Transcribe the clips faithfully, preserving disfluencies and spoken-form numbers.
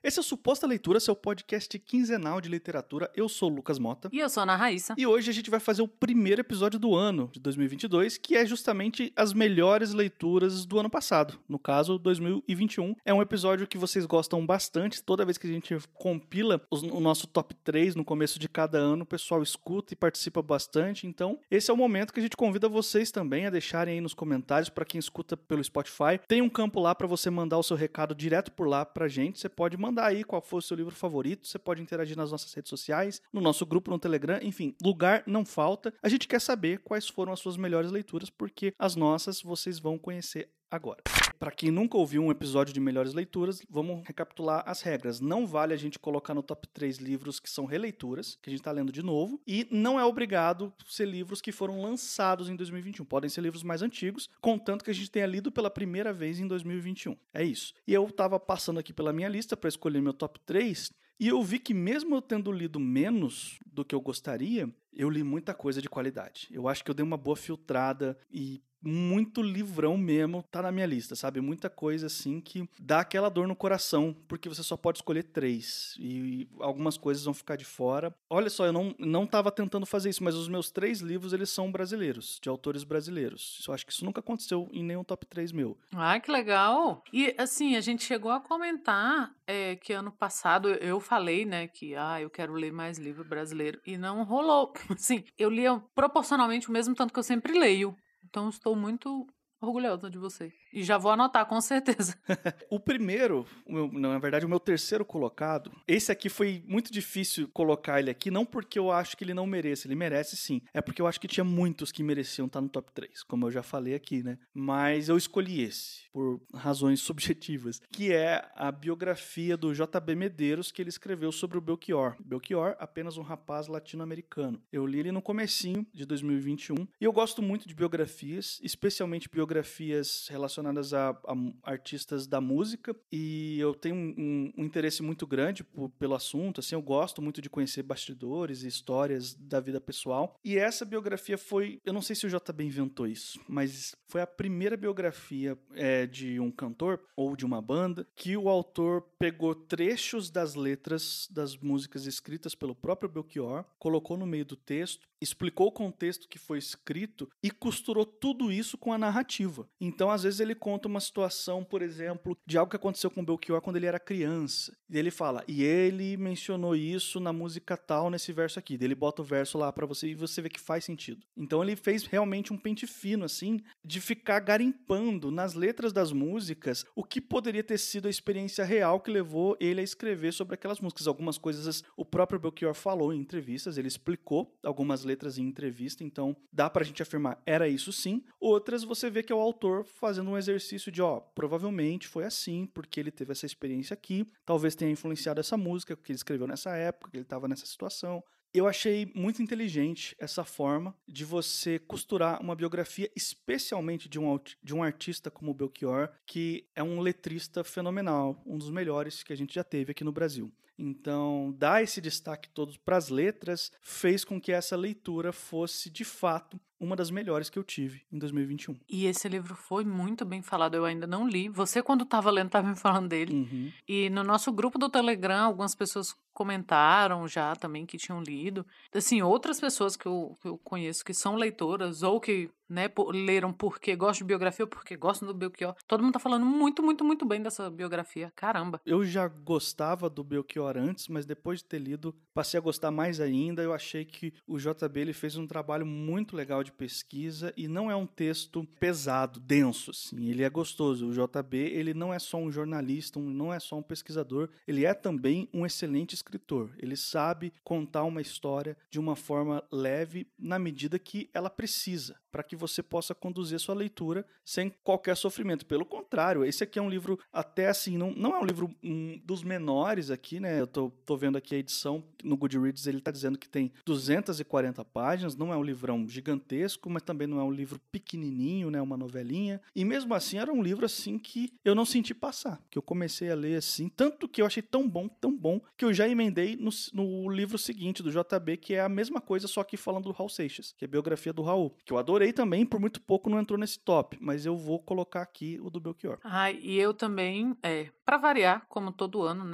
Esse é o Suposta Leitura, seu podcast quinzenal de literatura. Eu sou o Lucas Mota. E eu sou a Ana Raíssa. E hoje a gente vai fazer o primeiro episódio do ano, de dois mil e vinte e dois, que é justamente as melhores leituras do ano passado. No caso, dois mil e vinte e um. É um episódio que vocês gostam bastante. Toda vez que a gente compila os, o nosso top três no começo de cada ano, o pessoal escuta e participa bastante. Então, esse é o momento que a gente convida vocês também a deixarem aí nos comentários, para quem escuta pelo Spotify. Tem um campo lá para você mandar o seu recado direto por lá pra gente. Você pode mandar aí qual foi o seu livro favorito. Você pode interagir nas nossas redes sociais, no nosso grupo no Telegram. Enfim, lugar não falta. A gente quer saber quais foram as suas melhores leituras, porque as nossas vocês vão conhecer agora. Para quem nunca ouviu um episódio de Melhores Leituras, vamos recapitular as regras. Não vale a gente colocar no top três livros que são releituras, que a gente está lendo de novo, e não é obrigado ser livros que foram lançados em dois mil e vinte e um. Podem ser livros mais antigos, contanto que a gente tenha lido pela primeira vez em dois mil e vinte e um. É isso. E eu estava passando aqui pela minha lista para escolher meu top três, e eu vi que mesmo eu tendo lido menos do que eu gostaria, eu li muita coisa de qualidade. Eu acho que eu dei uma boa filtrada e muito livrão mesmo tá na minha lista, sabe? Muita coisa assim que dá aquela dor no coração, porque você só pode escolher três e algumas coisas vão ficar de fora. Olha só, eu não, não tava tentando fazer isso, mas os meus três livros, eles são brasileiros, de autores brasileiros. Eu acho que isso nunca aconteceu em nenhum top três meu. Ah, que legal! E assim, a gente chegou a comentar é, que ano passado eu falei, né, que ah, eu quero ler mais livro brasileiro, e não rolou. Assim, eu lia proporcionalmente o mesmo tanto que eu sempre leio. Então, estou muito orgulhosa de você. E já vou anotar, com certeza. O primeiro, o meu, não, na verdade, o meu terceiro colocado, esse aqui foi muito difícil colocar ele aqui, não porque eu acho que ele não merece, ele merece sim. É porque eu acho que tinha muitos que mereciam estar no top três, como eu já falei aqui, né? Mas eu escolhi esse, por razões subjetivas, que é a biografia do J B Medeiros, que ele escreveu sobre o Belchior. Belchior, apenas um rapaz latino-americano. Eu li ele no comecinho de dois mil e vinte e um, e eu gosto muito de biografias, especialmente biografias relacionadas a, a artistas da música, e eu tenho um, um, um interesse muito grande por, pelo assunto, assim, eu gosto muito de conhecer bastidores e histórias da vida pessoal, e essa biografia foi, eu não sei se o J B inventou isso, mas foi a primeira biografia é, de um cantor ou de uma banda que o autor pegou trechos das letras das músicas escritas pelo próprio Belchior, colocou no meio do texto, explicou o contexto que foi escrito e costurou tudo isso com a narrativa. Então, às vezes, ele conta uma situação, por exemplo, de algo que aconteceu com o Belchior quando ele era criança. E ele fala, e ele mencionou isso na música tal, nesse verso aqui. Daí ele bota o verso lá pra você e você vê que faz sentido. Então, ele fez realmente um pente fino, assim, de ficar garimpando nas letras das músicas o que poderia ter sido a experiência real que levou ele a escrever sobre aquelas músicas. Algumas coisas o próprio Belchior falou em entrevistas, ele explicou algumas letras em entrevista, então dá pra gente afirmar, era isso sim. Outras você vê que é o autor fazendo um exercício de, ó, provavelmente foi assim, porque ele teve essa experiência aqui, talvez tenha influenciado essa música que ele escreveu nessa época, que ele estava nessa situação. Eu achei muito inteligente essa forma de você costurar uma biografia, especialmente de um, de um artista como o Belchior, que é um letrista fenomenal, um dos melhores que a gente já teve aqui no Brasil. Então, dar esse destaque todo para as letras fez com que essa leitura fosse, de fato, uma das melhores que eu tive em dois mil e vinte e um. E esse livro foi muito bem falado, eu ainda não li. Você, quando estava lendo, estava me falando dele. Uhum. E no nosso grupo do Telegram, algumas pessoas comentaram já também que tinham lido. Assim, outras pessoas que eu, que eu conheço que são leitoras ou que, né, por, leram porque gostam de biografia ou porque gostam do Belchior. Todo mundo tá falando muito, muito, muito bem dessa biografia. Caramba. Eu já gostava do Belchior antes, mas depois de ter lido, passei a gostar mais ainda. Eu achei que o J B ele fez um trabalho muito legal de pesquisa e não é um texto pesado, denso, assim. Ele é gostoso. O J B, ele não é só um jornalista, um, não é só um pesquisador, ele é também um excelente escritor. Ele sabe contar uma história de uma forma leve na medida que ela precisa, para que você possa conduzir a sua leitura sem qualquer sofrimento. Pelo contrário, esse aqui é um livro até assim, não, não é um livro um, dos menores aqui, né? Eu tô, tô vendo aqui a edição, no Goodreads ele tá dizendo que tem duzentas e quarenta páginas, não é um livrão gigantesco, mas também não é um livro pequenininho, né? Uma novelinha. E mesmo assim, era um livro assim que eu não senti passar, que eu comecei a ler assim, tanto que eu achei tão bom, tão bom, que eu já emendei no, no livro seguinte do J B, que é a mesma coisa, só que falando do Raul Seixas, que é a biografia do Raul, que eu adorei também, por muito pouco não entrou nesse top, mas eu vou colocar aqui o do Belchior. Ah, e eu também, é, para variar, como todo ano, né?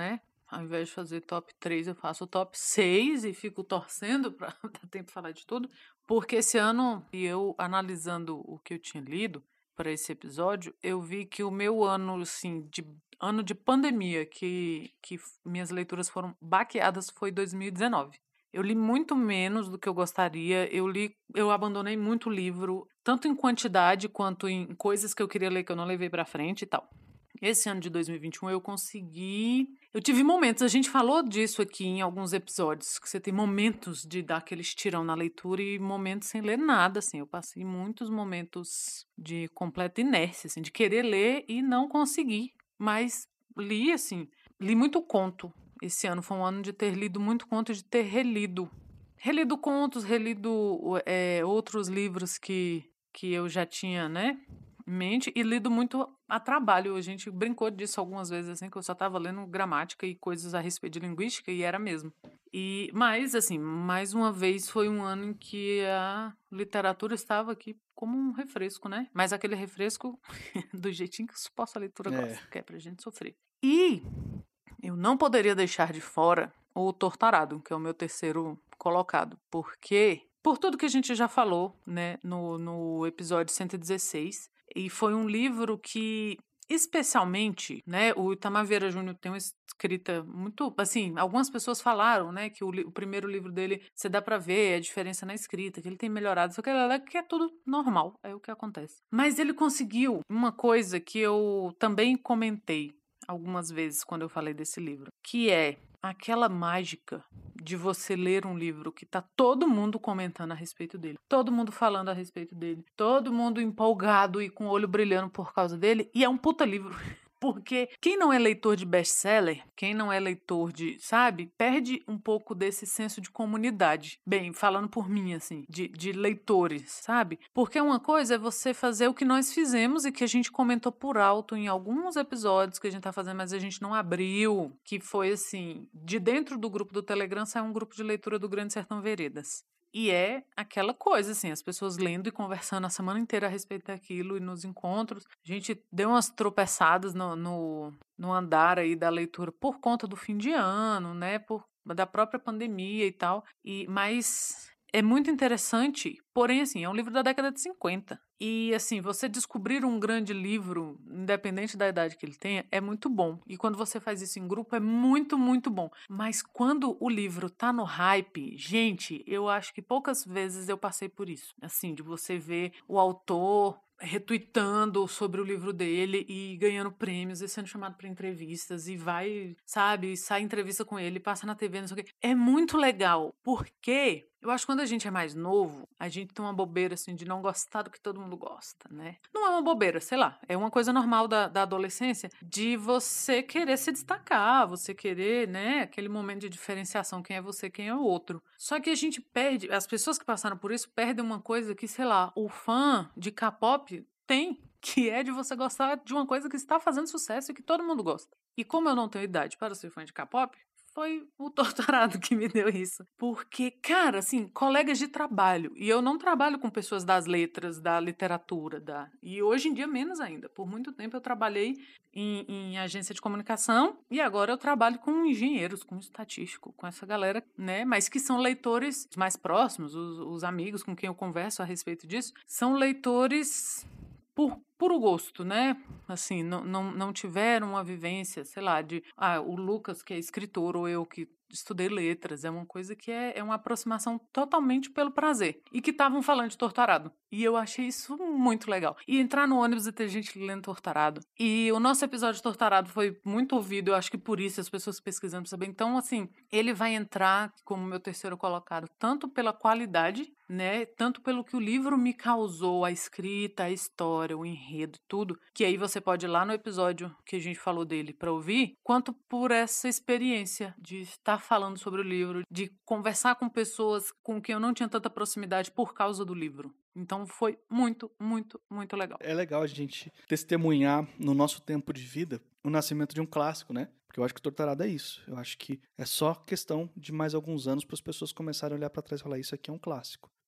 Ao invés de fazer top três, eu faço o top seis e fico torcendo para dar tempo de falar de tudo. Porque esse ano, e eu analisando o que eu tinha lido para esse episódio, eu vi que o meu ano, assim, de ano de pandemia, que, que minhas leituras foram baqueadas, foi dois mil e dezenove. Eu li muito menos do que eu gostaria, eu li, eu abandonei muito livro, tanto em quantidade quanto em coisas que eu queria ler que eu não levei pra frente e tal. Esse ano de dois mil e vinte e um eu consegui... Eu tive momentos, a gente falou disso aqui em alguns episódios, que você tem momentos de dar aquele estirão na leitura e momentos sem ler nada, assim. Eu passei muitos momentos de completa inércia, assim, de querer ler e não conseguir. Mas li, assim, li muito conto. Esse ano foi um ano de ter lido muito conto e de ter relido. Relido contos, relido é, outros livros que, que eu já tinha, né, em mente, e lido muito a trabalho. A gente brincou disso algumas vezes, assim, que eu só estava lendo gramática e coisas a respeito de linguística, e era mesmo. E, mas, assim, mais uma vez foi um ano em que a literatura estava aqui como um refresco, né? Mas aquele refresco do jeitinho que suposta a leitura É. gosta, que é pra gente sofrer. E eu não poderia deixar de fora o Tortarado, que é o meu terceiro colocado, porque, por tudo que a gente já falou, né, no, no episódio cento e dezesseis, e foi um livro que, especialmente, né, o Itamar Vieira Júnior tem uma escrita muito, assim, algumas pessoas falaram, né, que o, o primeiro livro dele, você dá pra ver a diferença na escrita, que ele tem melhorado, só que, que é tudo normal, é o que acontece. Mas ele conseguiu uma coisa que eu também comentei algumas vezes quando eu falei desse livro, que é aquela mágica de você ler um livro que tá todo mundo comentando a respeito dele, todo mundo falando a respeito dele, todo mundo empolgado e com o olho brilhando por causa dele, e é um puta livro. Porque quem não é leitor de best-seller, quem não é leitor de, sabe, perde um pouco desse senso de comunidade. Bem, falando por mim, assim, de, de leitores, sabe? Porque uma coisa é você fazer o que nós fizemos e que a gente comentou por alto em alguns episódios que a gente tá fazendo, mas a gente não abriu, que foi, assim, de dentro do grupo do Telegram sai um grupo de leitura do Grande Sertão Veredas. E é aquela coisa, assim, as pessoas lendo e conversando a semana inteira a respeito daquilo e nos encontros. A gente deu umas tropeçadas no, no, no andar aí da leitura por conta do fim de ano, né, por, da própria pandemia e tal. E, mas é muito interessante, porém, assim, é um livro da década de cinquenta. E, assim, você descobrir um grande livro, independente da idade que ele tenha, é muito bom. E quando você faz isso em grupo, é muito, muito bom. Mas quando o livro tá no hype, gente, eu acho que poucas vezes eu passei por isso. Assim, de você ver o autor retweetando sobre o livro dele e ganhando prêmios e sendo chamado para entrevistas e vai, sabe, sai entrevista com ele, passa na T V, não sei o quê. É muito legal, porque eu acho que quando a gente é mais novo, a gente tem uma bobeira, assim, de não gostar do que todo mundo gosta, né? Não é uma bobeira, sei lá, é uma coisa normal da, da adolescência, de você querer se destacar, você querer, né, aquele momento de diferenciação, quem é você, quem é o outro. Só que a gente perde, as pessoas que passaram por isso perdem uma coisa que, sei lá, o fã de K-pop tem, que é de você gostar de uma coisa que está fazendo sucesso e que todo mundo gosta. E como eu não tenho idade para ser fã de K-pop, foi o Torturado que me deu isso. Porque, cara, assim, colegas de trabalho, e eu não trabalho com pessoas das letras, da literatura, da... e hoje em dia menos ainda. Por muito tempo eu trabalhei em, em agência de comunicação e agora eu trabalho com engenheiros, com estatístico, com essa galera, né? Mas que são leitores mais próximos, os, os amigos com quem eu converso a respeito disso, são leitores por puro gosto, né? Assim, não, não, não tiveram uma vivência, sei lá, de ah, o Lucas que é escritor ou eu que estudei letras, é uma coisa que é, é uma aproximação totalmente pelo prazer. E que estavam falando de Torturado. E eu achei isso muito legal. E entrar no ônibus e ter gente lendo Torturado. E o nosso episódio de Torturado foi muito ouvido, eu acho que por isso as pessoas pesquisando pra saber. Então, assim, ele vai entrar como meu terceiro colocado, tanto pela qualidade, né, tanto pelo que o livro me causou, a escrita, a história, o enredo, tudo, que aí você pode ir lá no episódio que a gente falou dele pra ouvir, quanto por essa experiência de estar falando sobre o livro, de conversar com pessoas com quem eu não tinha tanta proximidade por causa do livro. Então foi muito, muito, muito legal. É legal a gente testemunhar no nosso tempo de vida o nascimento de um clássico, né? Porque eu acho que o Torturado é isso. Eu acho que é só questão de mais alguns anos para as pessoas começarem a olhar para trás e falar, isso aqui é um clássico.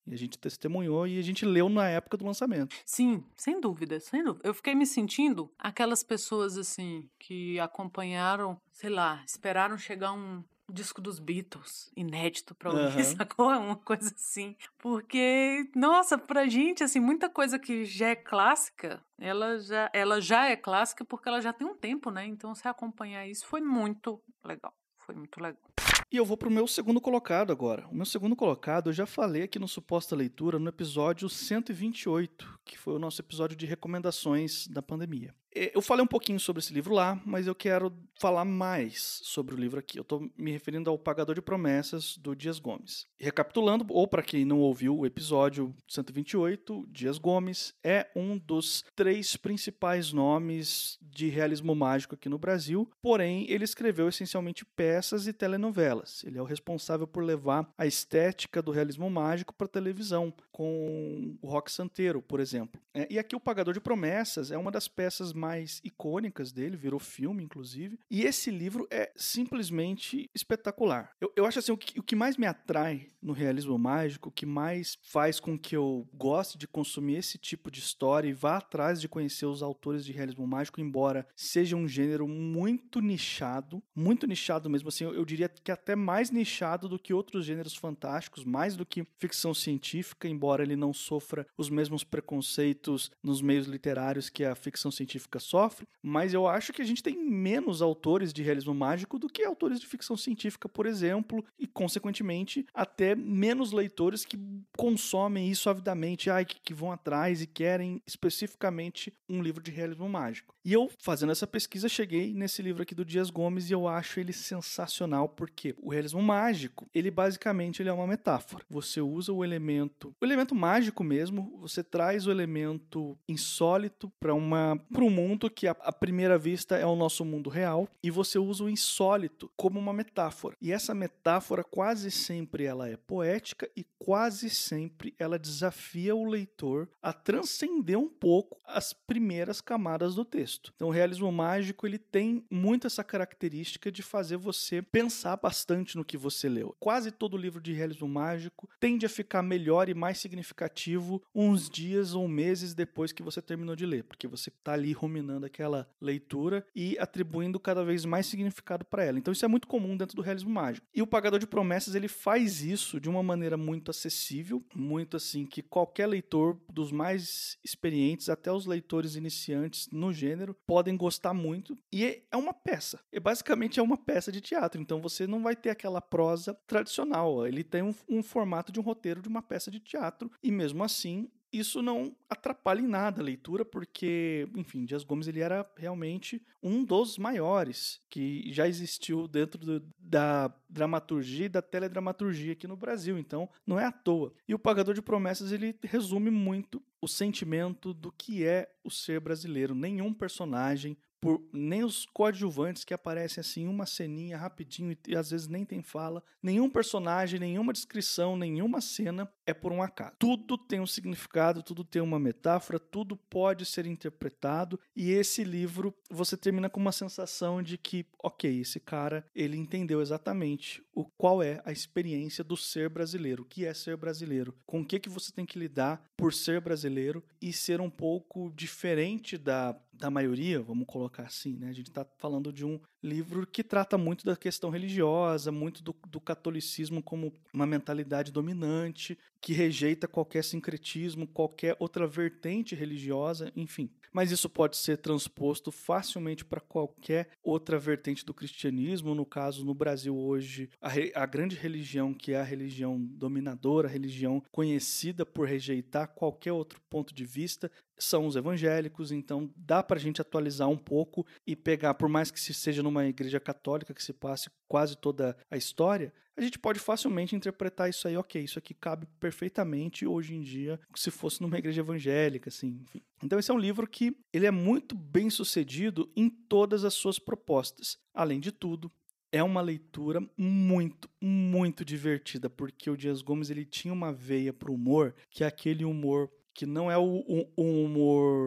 E a gente testemunhou e a gente leu na época do lançamento. Sim, sem dúvida, sem dúvida. Eu fiquei me sentindo aquelas pessoas, assim, que acompanharam, sei lá, esperaram chegar um disco dos Beatles, inédito pra ouvir, Aham. sacou? Uma coisa assim. Porque, nossa, pra gente, assim, muita coisa que já é clássica, ela já, ela já é clássica porque ela já tem um tempo, né? Então, você acompanhar isso foi muito legal. Foi muito legal. E eu vou pro meu segundo colocado agora. O meu segundo colocado, eu já falei aqui no Suposta Leitura, no episódio cento e vinte e oito, que foi o nosso episódio de recomendações da pandemia. Eu falei um pouquinho sobre esse livro lá, mas eu quero falar mais sobre o livro aqui. Eu estou me referindo ao Pagador de Promessas, do Dias Gomes. Recapitulando, ou para quem não ouviu o episódio cento e vinte e oito, Dias Gomes é um dos três principais nomes de realismo mágico aqui no Brasil, porém ele escreveu essencialmente peças e telenovelas. Ele é o responsável por levar a estética do realismo mágico para a televisão, com o Roque Santeiro, por exemplo. E aqui o Pagador de Promessas é uma das peças mais icônicas dele, virou filme, inclusive. E esse livro é simplesmente espetacular. Eu, eu acho assim, o que, o que mais me atrai no realismo mágico, o que mais faz com que eu goste de consumir esse tipo de história e vá atrás de conhecer os autores de realismo mágico, embora seja um gênero muito nichado, muito nichado mesmo, assim, eu, eu diria que até mais nichado do que outros gêneros fantásticos, mais do que ficção científica, embora ele não sofra os mesmos preconceitos nos meios literários que a ficção científica sofre, mas eu acho que a gente tem menos autores de realismo mágico do que autores de ficção científica, por exemplo, e consequentemente até menos leitores que consomem isso avidamente, ai, que, que vão atrás e querem especificamente um livro de realismo mágico. E eu, fazendo essa pesquisa, cheguei nesse livro aqui do Dias Gomes e eu acho ele sensacional, porque o realismo mágico, ele basicamente ele é uma metáfora. Você usa o elemento, o elemento mágico mesmo, você traz o elemento insólito para uma para um mundo que à primeira vista é o nosso mundo real, e você usa o insólito como uma metáfora. E essa metáfora quase sempre ela é poética e quase sempre ela desafia o leitor a transcender um pouco as primeiras camadas do texto. Então o realismo mágico ele tem muito essa característica de fazer você pensar bastante no que você leu. Quase todo livro de realismo mágico tende a ficar melhor e mais significativo uns dias ou meses depois que você terminou de ler, porque você está ali ruminando aquela leitura e atribuindo cada vez mais significado para ela. Então isso é muito comum dentro do realismo mágico. E o Pagador de Promessas ele faz isso de uma maneira muito acessível, muito assim que qualquer leitor, dos mais experientes até os leitores iniciantes no gênero, podem gostar muito. E é uma peça. E basicamente é uma peça de teatro. Então você não vai ter aquela prosa tradicional. Ele tem um, um formato de um roteiro de uma peça de teatro e mesmo assim isso não atrapalha em nada a leitura, porque, enfim, Dias Gomes ele era realmente um dos maiores que já existiu dentro do, da dramaturgia e da teledramaturgia aqui no Brasil, então não é à toa. E o Pagador de Promessas ele resume muito o sentimento do que é o ser brasileiro. Nenhum personagem, por, nem os coadjuvantes que aparecem assim, uma ceninha rapidinho e, e às vezes nem tem fala, nenhum personagem, nenhuma descrição, nenhuma cena é por um acaso. Tudo tem um significado, tudo tem uma metáfora, tudo pode ser interpretado, e esse livro você termina com uma sensação de que, ok, esse cara, ele entendeu exatamente o qual é a experiência do ser brasileiro, o que é ser brasileiro, com o que, que você tem que lidar por ser brasileiro e ser um pouco diferente da, da maioria, vamos colocar assim, né? A gente está falando de um livro que trata muito da questão religiosa, muito do, do catolicismo como uma mentalidade dominante, que rejeita qualquer sincretismo, qualquer outra vertente religiosa, enfim. Mas isso pode ser transposto facilmente para qualquer outra vertente do cristianismo. No caso, no Brasil hoje, a, re, a grande religião, que é a religião dominadora, a religião conhecida por rejeitar qualquer outro ponto de vista, são os evangélicos. Então dá para a gente atualizar um pouco e pegar, por mais que se seja numa igreja católica que se passe quase toda a história, a gente pode facilmente interpretar isso aí, ok, isso aqui cabe perfeitamente hoje em dia, se fosse numa igreja evangélica, assim, enfim. Então esse é um livro que ele é muito bem sucedido em todas as suas propostas. Além de tudo, é uma leitura muito, muito divertida, porque o Dias Gomes ele tinha uma veia para o humor, que é aquele humor que não é o, o, o humor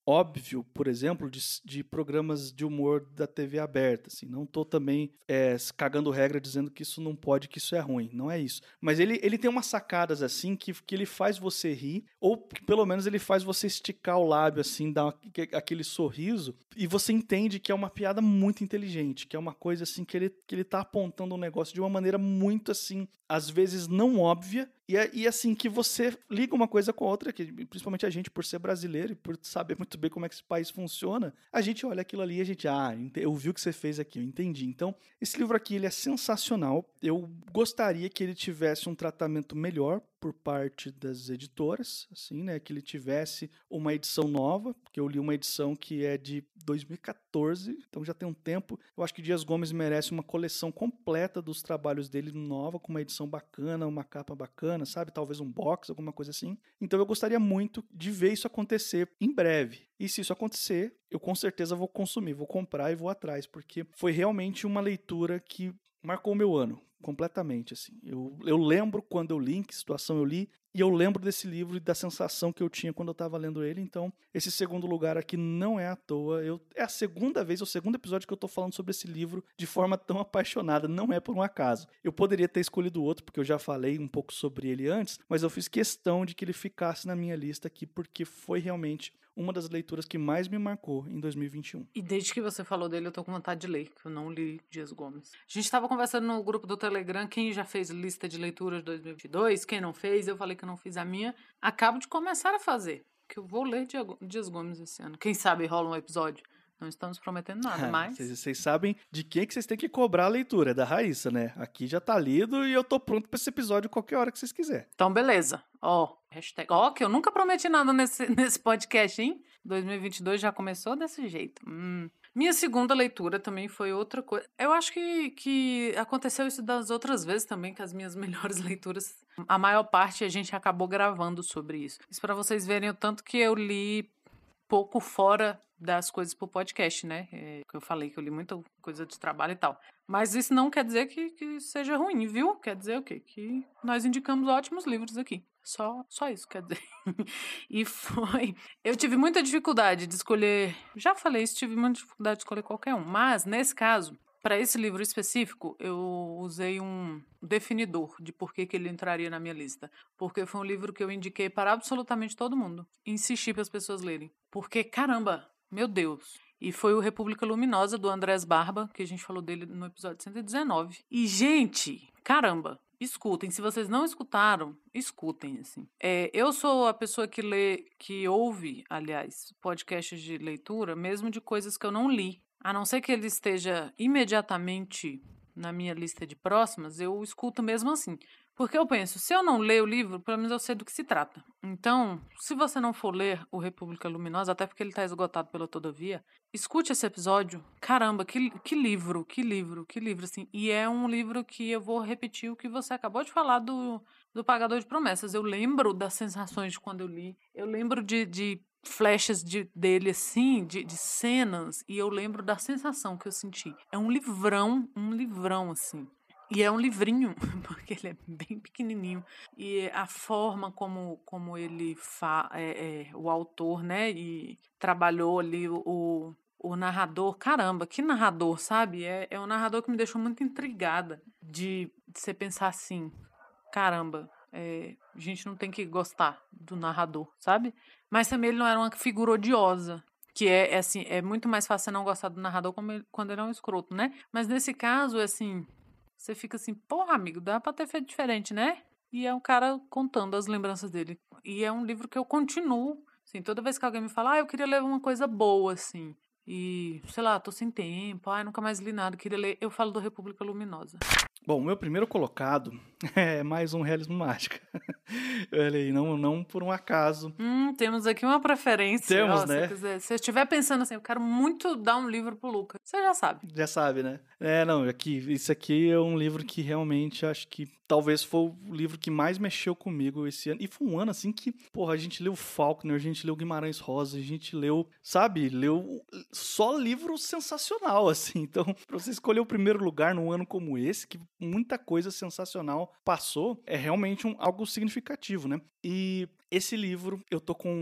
óbvio, por exemplo, de, de programas de humor da T V aberta, assim. Não tô também é, cagando regra dizendo que isso não pode, que isso é ruim. Não é isso. Mas ele, ele tem umas sacadas, assim, que, que ele faz você rir, ou que pelo menos ele faz você esticar o lábio, assim, dar aquele sorriso, e você entende que é uma piada muito inteligente, que é uma coisa, assim, que ele, que ele tá apontando um negócio de uma maneira muito, assim, às vezes não óbvia, e, e assim, que você liga uma coisa com a outra, que principalmente a gente, por ser brasileiro e por saber muito bem como é que esse país funciona, a gente olha aquilo ali e a gente, ah, eu vi o que você fez aqui, eu entendi. Então, esse livro aqui, ele é sensacional. Eu gostaria que ele tivesse um tratamento melhor por parte das editoras, assim, né, que ele tivesse uma edição nova, porque eu li uma edição que é de dois mil e quatorze, então já tem um tempo. Eu acho que Dias Gomes merece uma coleção completa dos trabalhos dele nova, com uma edição bacana, uma capa bacana, sabe, talvez um box, alguma coisa assim. Então eu gostaria muito de ver isso acontecer em breve. E se isso acontecer, eu com certeza vou consumir, vou comprar e vou atrás, porque foi realmente uma leitura que marcou o meu ano, completamente, assim. Eu, eu lembro quando eu li, em que situação eu li, e eu lembro desse livro e da sensação que eu tinha quando eu estava lendo ele. Então, esse segundo lugar aqui não é à toa. Eu, é a segunda vez, o segundo episódio que eu estou falando sobre esse livro de forma tão apaixonada. Não é por um acaso. Eu poderia ter escolhido outro, porque eu já falei um pouco sobre ele antes, mas eu fiz questão de que ele ficasse na minha lista aqui, porque foi realmente uma das leituras que mais me marcou em dois mil e vinte e um. E desde que você falou dele, eu tô com vontade de ler, que eu não li Dias Gomes. A gente tava conversando no grupo do Telegram, quem já fez lista de leituras de dois mil e vinte e dois, quem não fez, eu falei que eu não fiz a minha. Acabo de começar a fazer, que eu vou ler Dias Gomes esse ano. Quem sabe rola um episódio. Não estamos prometendo nada, mas... Vocês sabem de quem que vocês têm que cobrar a leitura, é da Raíssa, né? Aqui já tá lido e eu tô pronto pra esse episódio qualquer hora que vocês quiserem. Então, beleza. Ó, hashtag... Ó, que eu nunca prometi nada nesse, nesse podcast, hein? dois mil e vinte e dois já começou desse jeito. Hum. Minha segunda leitura também foi outra coisa. Eu acho que, que aconteceu isso das outras vezes também, que as minhas melhores leituras, a maior parte a gente acabou gravando sobre isso. Isso pra vocês verem o tanto que eu li pouco fora das coisas pro podcast, né? É, que eu falei que eu li muita coisa de trabalho e tal. Mas isso não quer dizer que, que seja ruim, viu? Quer dizer o quê? Que nós indicamos ótimos livros aqui. Só, só isso quer dizer. E foi... Eu tive muita dificuldade de escolher... Já falei isso, tive muita dificuldade de escolher qualquer um. Mas, nesse caso, para esse livro específico, eu usei um definidor de por que, que ele entraria na minha lista. Porque foi um livro que eu indiquei para absolutamente todo mundo. Insisti para as pessoas lerem. Porque, caramba, meu Deus... E foi o República Luminosa, do Andrés Barba, que a gente falou dele no episódio cento e dezenove. E, gente, caramba, escutem. Se vocês não escutaram, escutem, assim. É, eu sou a pessoa que lê, que ouve, aliás, podcasts de leitura, mesmo de coisas que eu não li. A não ser que ele esteja imediatamente na minha lista de próximas, eu escuto mesmo assim. Porque eu penso, se eu não ler o livro, pelo menos eu sei do que se trata. Então, se você não for ler o República Luminosa, até porque ele está esgotado pela Todavia, escute esse episódio. Caramba, que, que livro, que livro, que livro, assim. E é um livro que eu vou repetir o que você acabou de falar do, do Pagador de Promessas. Eu lembro das sensações de quando eu li. Eu lembro de... de flechas de, dele, assim, de, de cenas, e eu lembro da sensação que eu senti. É um livrão, um livrão, assim. E é um livrinho, porque ele é bem pequenininho. E a forma como, como ele fa, é, é, o autor, né, e trabalhou ali o, o, o narrador. Caramba, que narrador, sabe? É, é um narrador que me deixou muito intrigada de, de você pensar assim, caramba, é, a gente não tem que gostar do narrador, sabe? Mas também ele não era uma figura odiosa. Que é, é assim, é muito mais fácil você não gostar do narrador como ele, quando ele é um escroto, né? Mas nesse caso, é assim... Você fica assim, porra, amigo, dá pra ter feito diferente, né? E é um cara contando as lembranças dele. E é um livro que eu continuo, assim, toda vez que alguém me fala, ah, eu queria ler uma coisa boa, assim. E, sei lá, tô sem tempo, ah, nunca mais li nada, queria ler. Eu falo do República Luminosa. Bom, o meu primeiro colocado é mais um realismo mágico. Olha aí, não, não por um acaso. Hum, temos aqui uma preferência. Temos, Ó, né? Se quiser, se você estiver pensando assim, eu quero muito dar um livro pro Lucas, você já sabe. Já sabe, né? É, não, aqui, isso aqui é um livro que realmente acho que talvez foi o livro que mais mexeu comigo esse ano. E foi um ano assim que, porra, a gente leu Faulkner, a gente leu Guimarães Rosa, a gente leu, sabe, leu só livro sensacional, assim. Então, pra você escolher o primeiro lugar num ano como esse, que muita coisa sensacional passou, é realmente um, algo significativo, né? E esse livro, eu tô com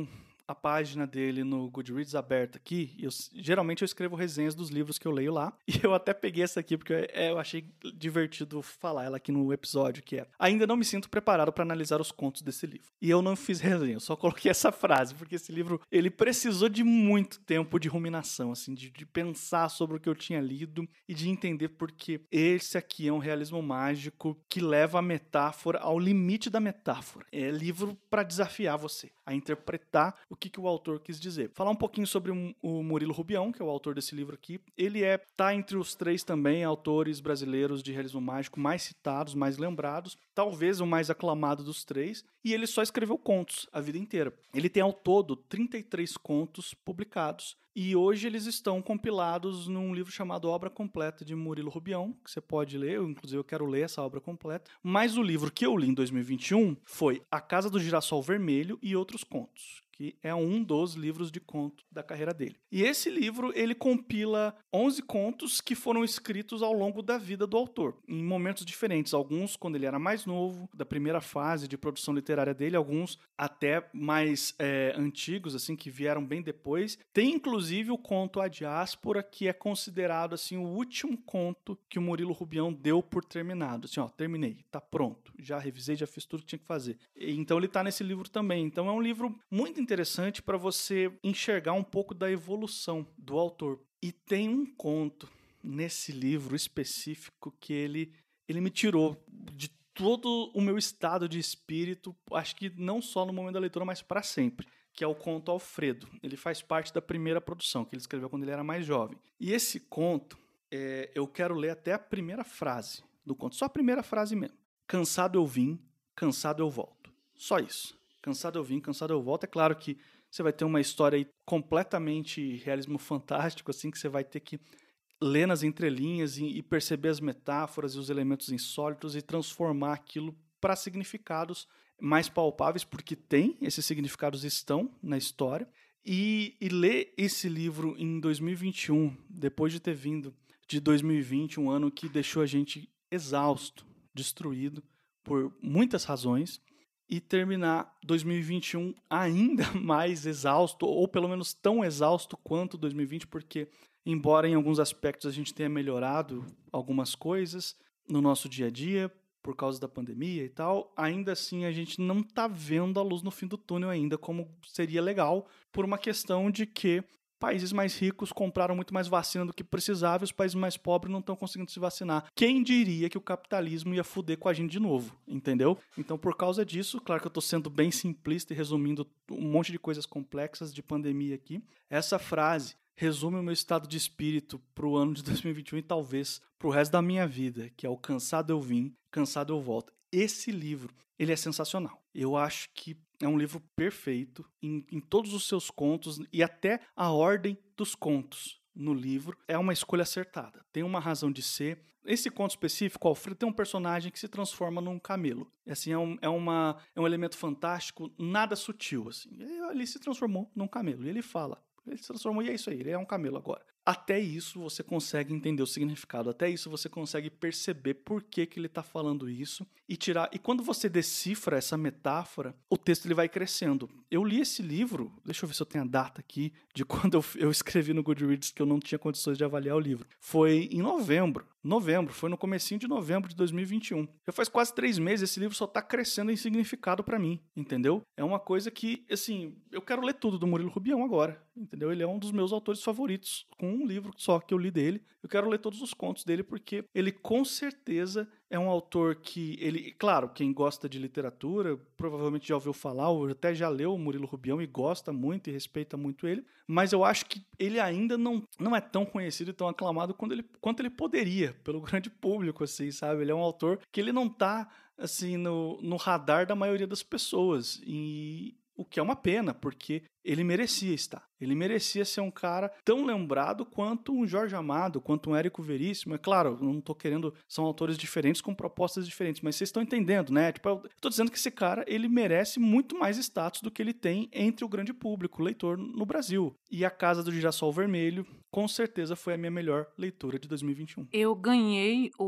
a página dele no Goodreads aberta aqui. Eu, geralmente eu escrevo resenhas dos livros que eu leio lá. E eu até peguei essa aqui porque eu, eu achei divertido falar ela aqui no episódio, que é: ainda não me sinto preparado para analisar os contos desse livro. E eu não fiz resenha, eu só coloquei essa frase, porque esse livro, ele precisou de muito tempo de ruminação, assim, de, de pensar sobre o que eu tinha lido e de entender porque esse aqui é um realismo mágico que leva a metáfora ao limite da metáfora. É livro para desafiar você a interpretar o que, que o autor quis dizer. Falar um pouquinho sobre o Murilo Rubião, que é o autor desse livro aqui. Ele é, tá entre os três também autores brasileiros de realismo mágico mais citados, mais lembrados, talvez o mais aclamado dos três, e ele só escreveu contos a vida inteira. Ele tem ao todo trinta e três contos publicados, e hoje eles estão compilados num livro chamado Obra Completa de Murilo Rubião, que você pode ler, eu, inclusive eu quero ler essa obra completa. Mas o livro que eu li em dois mil e vinte e um foi A Casa do Girassol Vermelho e Outros Contos, que é um dos livros de conto da carreira dele. E esse livro, ele compila onze contos que foram escritos ao longo da vida do autor, em momentos diferentes. Alguns quando ele era mais novo, da primeira fase de produção literária dele, alguns até mais é, antigos, assim, que vieram bem depois. Tem, inclusive, o conto A Diáspora, que é considerado, assim, o último conto que o Murilo Rubião deu por terminado. Assim, ó, terminei, tá pronto. Já revisei, já fiz tudo que tinha que fazer. E, então, ele tá nesse livro também. Então, é um livro muito interessante para você enxergar um pouco da evolução do autor. E tem um conto nesse livro específico que ele, ele me tirou de todo o meu estado de espírito, acho que não só no momento da leitura, mas para sempre, que é o conto Alfredo. Ele faz parte da primeira produção, que ele escreveu quando ele era mais jovem. E esse conto, é, eu quero ler até a primeira frase do conto, só a primeira frase mesmo. Cansado eu vim, cansado eu volto. Só isso. Cansado eu vim, cansado eu volto. É claro que você vai ter uma história aí completamente realismo fantástico, assim, que você vai ter que ler nas entrelinhas e, e perceber as metáforas e os elementos insólitos e transformar aquilo para significados mais palpáveis, porque tem, esses significados estão na história. E, e ler esse livro em dois mil e vinte e um, depois de ter vindo de dois mil e vinte, um ano que deixou a gente exausto, destruído, por muitas razões, e terminar dois mil e vinte e um ainda mais exausto, ou pelo menos tão exausto quanto dois mil e vinte, porque, embora em alguns aspectos a gente tenha melhorado algumas coisas no nosso dia a dia, por causa da pandemia e tal, ainda assim a gente não está vendo a luz no fim do túnel ainda, como seria legal, por uma questão de que países mais ricos compraram muito mais vacina do que precisava e os países mais pobres não estão conseguindo se vacinar. Quem diria que o capitalismo ia fuder com a gente de novo, entendeu? Então, por causa disso, claro que eu estou sendo bem simplista e resumindo um monte de coisas complexas de pandemia aqui, essa frase resume o meu estado de espírito para o ano de dois mil e vinte e um e talvez para o resto da minha vida, que é o Cansado Eu Vim, Cansado Eu Volto. Esse livro, ele é sensacional. Eu acho que é um livro perfeito em, em todos os seus contos e até a ordem dos contos no livro é uma escolha acertada. Tem uma razão de ser. Esse conto específico, Alfredo, tem um personagem que se transforma num camelo. Assim, é, um, é, uma, é um elemento fantástico, nada sutil. Assim. Ele se transformou num camelo e ele fala. Ele se transformou e é isso aí, ele é um camelo agora. Até isso você consegue entender o significado, até isso você consegue perceber por que, que ele está falando isso e tirar. E quando você decifra essa metáfora, o texto ele vai crescendo. Eu li esse livro, deixa eu ver se eu tenho a data aqui, de quando eu, eu escrevi no Goodreads que eu não tinha condições de avaliar o livro. Foi em novembro. Novembro, foi no comecinho de novembro de dois mil e vinte e um. Já faz quase três meses, esse livro só tá crescendo em significado pra mim, entendeu? É uma coisa que, assim, eu quero ler tudo do Murilo Rubião agora, entendeu? Ele é um dos meus autores favoritos, com um livro só que eu li dele. Eu quero ler todos os contos dele, porque ele com certeza é um autor que, ele, claro, quem gosta de literatura, provavelmente já ouviu falar, ou até já leu o Murilo Rubião e gosta muito e respeita muito ele, mas eu acho que ele ainda não, não é tão conhecido e tão aclamado quanto ele, quanto ele poderia, pelo grande público, assim, sabe? Ele é um autor que ele não tá, assim, no, no radar da maioria das pessoas, e o que é uma pena, porque ele merecia estar. Ele merecia ser um cara tão lembrado quanto um Jorge Amado, quanto um Érico Veríssimo. É claro, não tô querendo... São autores diferentes com propostas diferentes, mas vocês estão entendendo, né? Tipo, eu tô dizendo que esse cara, ele merece muito mais status do que ele tem entre o grande público, o leitor no Brasil. E A Casa do Girassol Vermelho, com certeza, foi a minha melhor leitura de dois mil e vinte e um. Eu ganhei o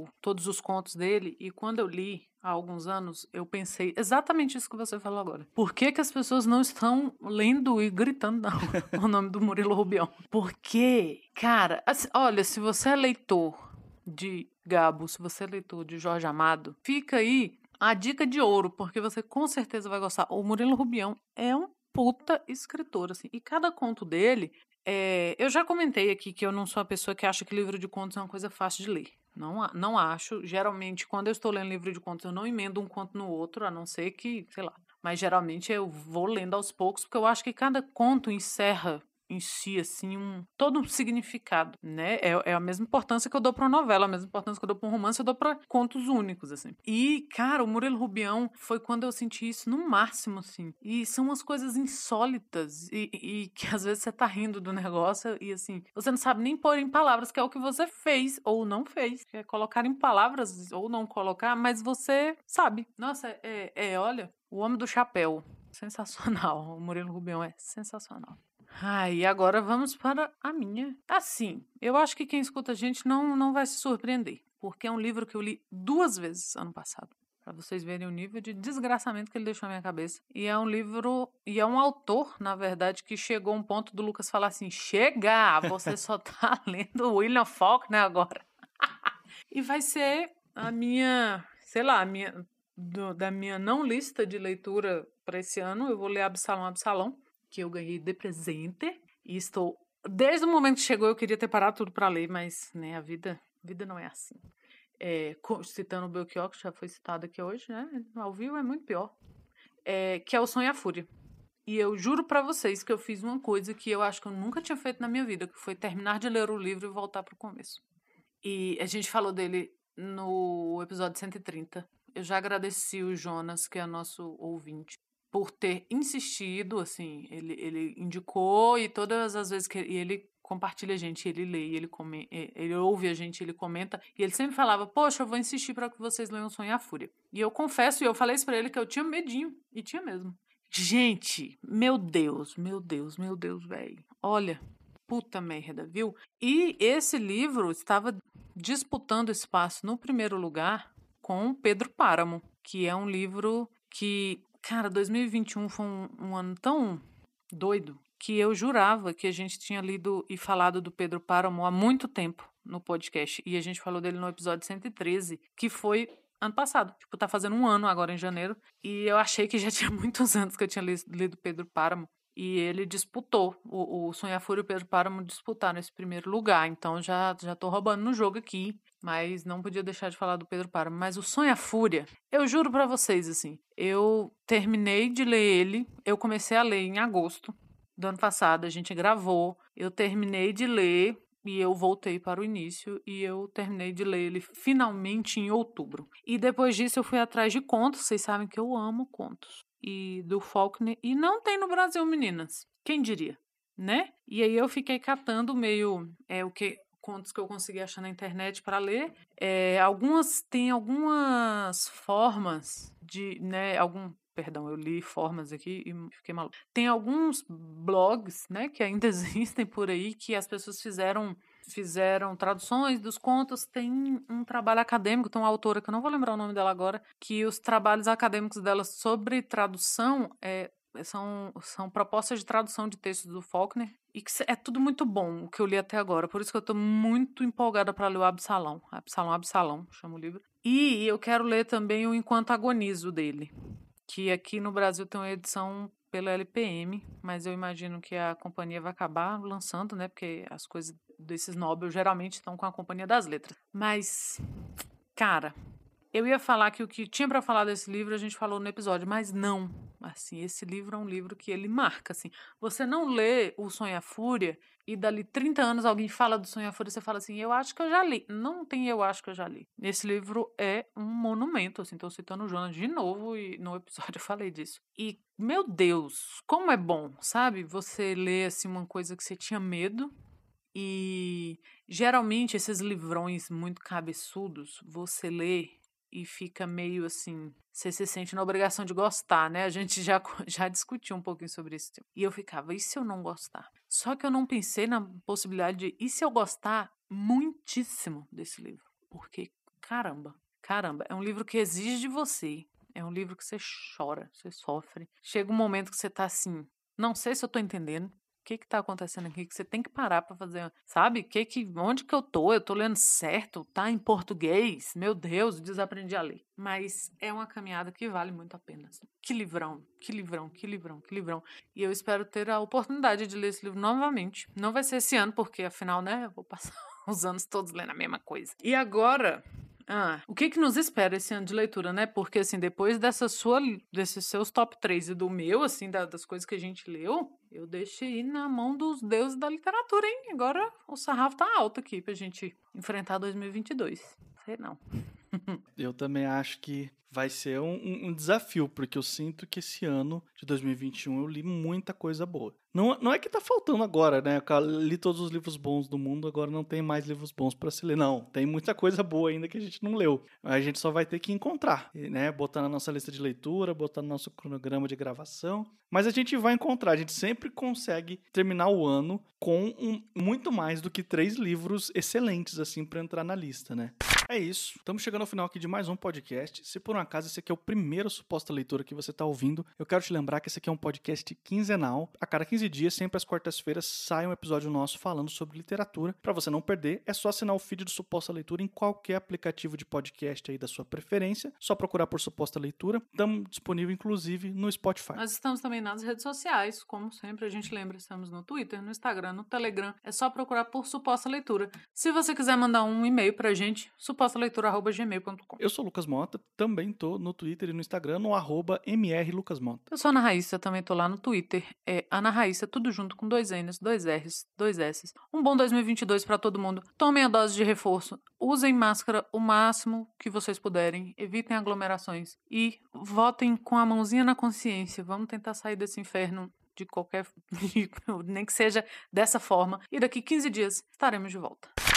o, todos os contos dele, e quando eu li há alguns anos, eu pensei exatamente isso que você falou agora. Por que que as pessoas não estão lendo e gritando não, o nome do Murilo Rubião? Porque, cara, assim, olha, se você é leitor de Gabo, se você é leitor de Jorge Amado, fica aí a dica de ouro, porque você com certeza vai gostar. O Murilo Rubião é um puta escritor, assim, e cada conto dele... É, eu já comentei aqui que eu não sou a pessoa que acha que livro de contos é uma coisa fácil de ler. Não, não acho. Geralmente, quando eu estou lendo livro de contos, eu não emendo um conto no outro, a não ser que, sei lá. Mas geralmente eu vou lendo aos poucos, porque eu acho que cada conto encerra em si, assim, um, todo um significado, né? É, é a mesma importância que eu dou pra uma novela, a mesma importância que eu dou pra um romance, eu dou pra contos únicos, assim. E, cara, o Murilo Rubião foi quando eu senti isso no máximo, assim. E são umas coisas insólitas e, e que às vezes você tá rindo do negócio e, assim, você não sabe nem pôr em palavras, que é o que você fez ou não fez. Que é colocar em palavras ou não colocar, mas você sabe. Nossa, é, é olha, o Homem do Chapéu. Sensacional. O Murilo Rubião é sensacional. Ah, e agora vamos para a minha. Assim, eu acho que quem escuta a gente não, não vai se surpreender, porque é um livro que eu li duas vezes ano passado, para vocês verem o nível de desgraçamento que ele deixou na minha cabeça. E é um livro, e é um autor, na verdade, que chegou a um ponto do Lucas falar assim, chega, você só tá lendo o William Faulkner agora. E vai ser a minha, sei lá, a minha, do, da minha não lista de leitura para esse ano, eu vou ler Absalão, Absalão, que eu ganhei de presente e estou... Desde o momento que chegou eu queria ter parado tudo para ler, mas né, a vida, a vida não é assim. É, citando o Belchior, que já foi citado aqui hoje, né? Ao vivo é muito pior. É, que é O Sonho e a Fúria. E eu juro para vocês que eu fiz uma coisa que eu acho que eu nunca tinha feito na minha vida, que foi terminar de ler o livro e voltar pro começo. E a gente falou dele no episódio cento e trinta. Eu já agradeci o Jonas, que é nosso ouvinte, por ter insistido, assim, ele, ele indicou e todas as vezes que ele, ele compartilha a gente, ele lê, ele, come, ele ouve a gente, ele comenta, e ele sempre falava, poxa, eu vou insistir para que vocês leiam Sonho e a Fúria. E eu confesso, e eu falei isso pra ele, que eu tinha medinho, e tinha mesmo. Gente, meu Deus, meu Deus, meu Deus, velho. Olha, puta merda, viu? E esse livro estava disputando espaço no primeiro lugar com Pedro Páramo, que é um livro que... Cara, dois mil e vinte e um foi um, um ano tão doido que eu jurava que a gente tinha lido e falado do Pedro Páramo há muito tempo no podcast. E a gente falou dele no episódio cento e treze, que foi ano passado. Tipo, tá fazendo um ano agora em janeiro. E eu achei que já tinha muitos anos que eu tinha lido Pedro Páramo. E ele disputou. O, o Sonho e a Fúria e o Pedro Páramo disputaram esse primeiro lugar. Então já, já tô roubando no jogo aqui. Mas não podia deixar de falar do Pedro Páramo. Mas o Sonho e a Fúria, eu juro pra vocês, assim, eu terminei de ler ele, eu comecei a ler em agosto do ano passado, a gente gravou, eu terminei de ler e eu voltei para o início e eu terminei de ler ele finalmente em outubro. E depois disso eu fui atrás de contos, vocês sabem que eu amo contos, e do Faulkner, e não tem no Brasil, meninas, quem diria, né? E aí eu fiquei catando meio, é o que... contos que eu consegui achar na internet para ler. É, algumas tem algumas formas de, né, algum, perdão, eu li formas aqui e fiquei maluco. Tem alguns blogs, né, que ainda existem por aí que as pessoas fizeram fizeram traduções dos contos. Tem um trabalho acadêmico, tem uma autora que eu não vou lembrar o nome dela agora, que os trabalhos acadêmicos dela sobre tradução é São, são propostas de tradução de textos do Faulkner e que é tudo muito bom o que eu li até agora. Por isso que eu estou muito empolgada para ler o Absalão. Absalão, Absalão, chama o livro. E eu quero ler também o Enquanto Agonizo dele, que aqui no Brasil tem uma edição pela L P M, mas eu imagino que a companhia vai acabar lançando, né? Porque as coisas desses Nobel geralmente estão com a Companhia das Letras. Mas, cara... Eu ia falar que o que tinha para falar desse livro a gente falou no episódio, mas não. Assim, esse livro é um livro que ele marca, assim. Você não lê o Sonho e a Fúria e dali trinta anos alguém fala do Sonho e a Fúria e você fala assim, eu acho que eu já li. Não tem eu acho que eu já li. Esse livro é um monumento, assim. Tô citando o Jonas de novo e no episódio eu falei disso. E, meu Deus, como é bom, sabe? Você lê, assim, uma coisa que você tinha medo. E, geralmente, esses livrões muito cabeçudos, você lê e fica meio assim, você se sente na obrigação de gostar, né? A gente já, já discutiu um pouquinho sobre isso. E eu ficava, e se eu não gostar? Só que eu não pensei na possibilidade de, e se eu gostar muitíssimo desse livro? Porque, caramba, caramba, é um livro que exige de você. É um livro que você chora, você sofre. Chega um momento que você tá assim, não sei se eu tô entendendo. O que que tá acontecendo aqui? Que você tem que parar pra fazer, sabe? Que que, onde que eu tô? Eu tô lendo certo? Tá em português? Meu Deus, desaprendi a ler. Mas é uma caminhada que vale muito a pena. Assim. Que livrão, que livrão, que livrão, que livrão. E eu espero ter a oportunidade de ler esse livro novamente. Não vai ser esse ano, porque afinal, né, eu vou passar os anos todos lendo a mesma coisa. E agora... Ah, o que que nos espera esse ano de leitura, né? Porque, assim, depois dessa sua, desses seus top três e do meu, assim, da, das coisas que a gente leu, eu deixei ir na mão dos deuses da literatura, hein? Agora o sarrafo tá alto aqui pra gente enfrentar dois mil e vinte e dois. Sei não. Eu também acho que vai ser um, um, um desafio, porque eu sinto que esse ano de dois mil e vinte e um eu li muita coisa boa. Não, não é que tá faltando agora, né? Eu li todos os livros bons do mundo, agora não tem mais livros bons pra se ler. Não, tem muita coisa boa ainda que a gente não leu. A gente só vai ter que encontrar, né? Botar na nossa lista de leitura, botar no nosso cronograma de gravação. Mas a gente vai encontrar, a gente sempre consegue terminar o ano com um, muito mais do que três livros excelentes, assim, pra entrar na lista, né? É isso, estamos chegando ao final aqui de mais um podcast. Se por um acaso esse aqui é o primeiro Suposta Leitura que você está ouvindo, eu quero te lembrar que esse aqui é um podcast quinzenal. A cada quinze dias, sempre às quartas-feiras, sai um episódio nosso falando sobre literatura. Para você não perder, é só assinar o feed do Suposta Leitura em qualquer aplicativo de podcast aí da sua preferência. Só procurar por Suposta Leitura. Estamos disponível, inclusive, no Spotify. Nós estamos também nas redes sociais, como sempre a gente lembra, estamos no Twitter, no Instagram, no Telegram. É só procurar por Suposta Leitura. Se você quiser mandar um e-mail pra gente, suposta leitura arroba gmail ponto com. Eu sou o Lucas Mota, também tô no Twitter e no Instagram, no arroba mrlucasmota. Eu sou a Ana Raíssa, também tô lá no Twitter. É Ana Raíssa, tudo junto com dois N's, dois R's, dois S's. Um bom dois mil e vinte e dois pra todo mundo. Tomem a dose de reforço. Usem máscara o máximo que vocês puderem. Evitem aglomerações. E votem com a mãozinha na consciência. Vamos tentar sair desse inferno de qualquer... nem que seja dessa forma. E daqui quinze dias estaremos de volta.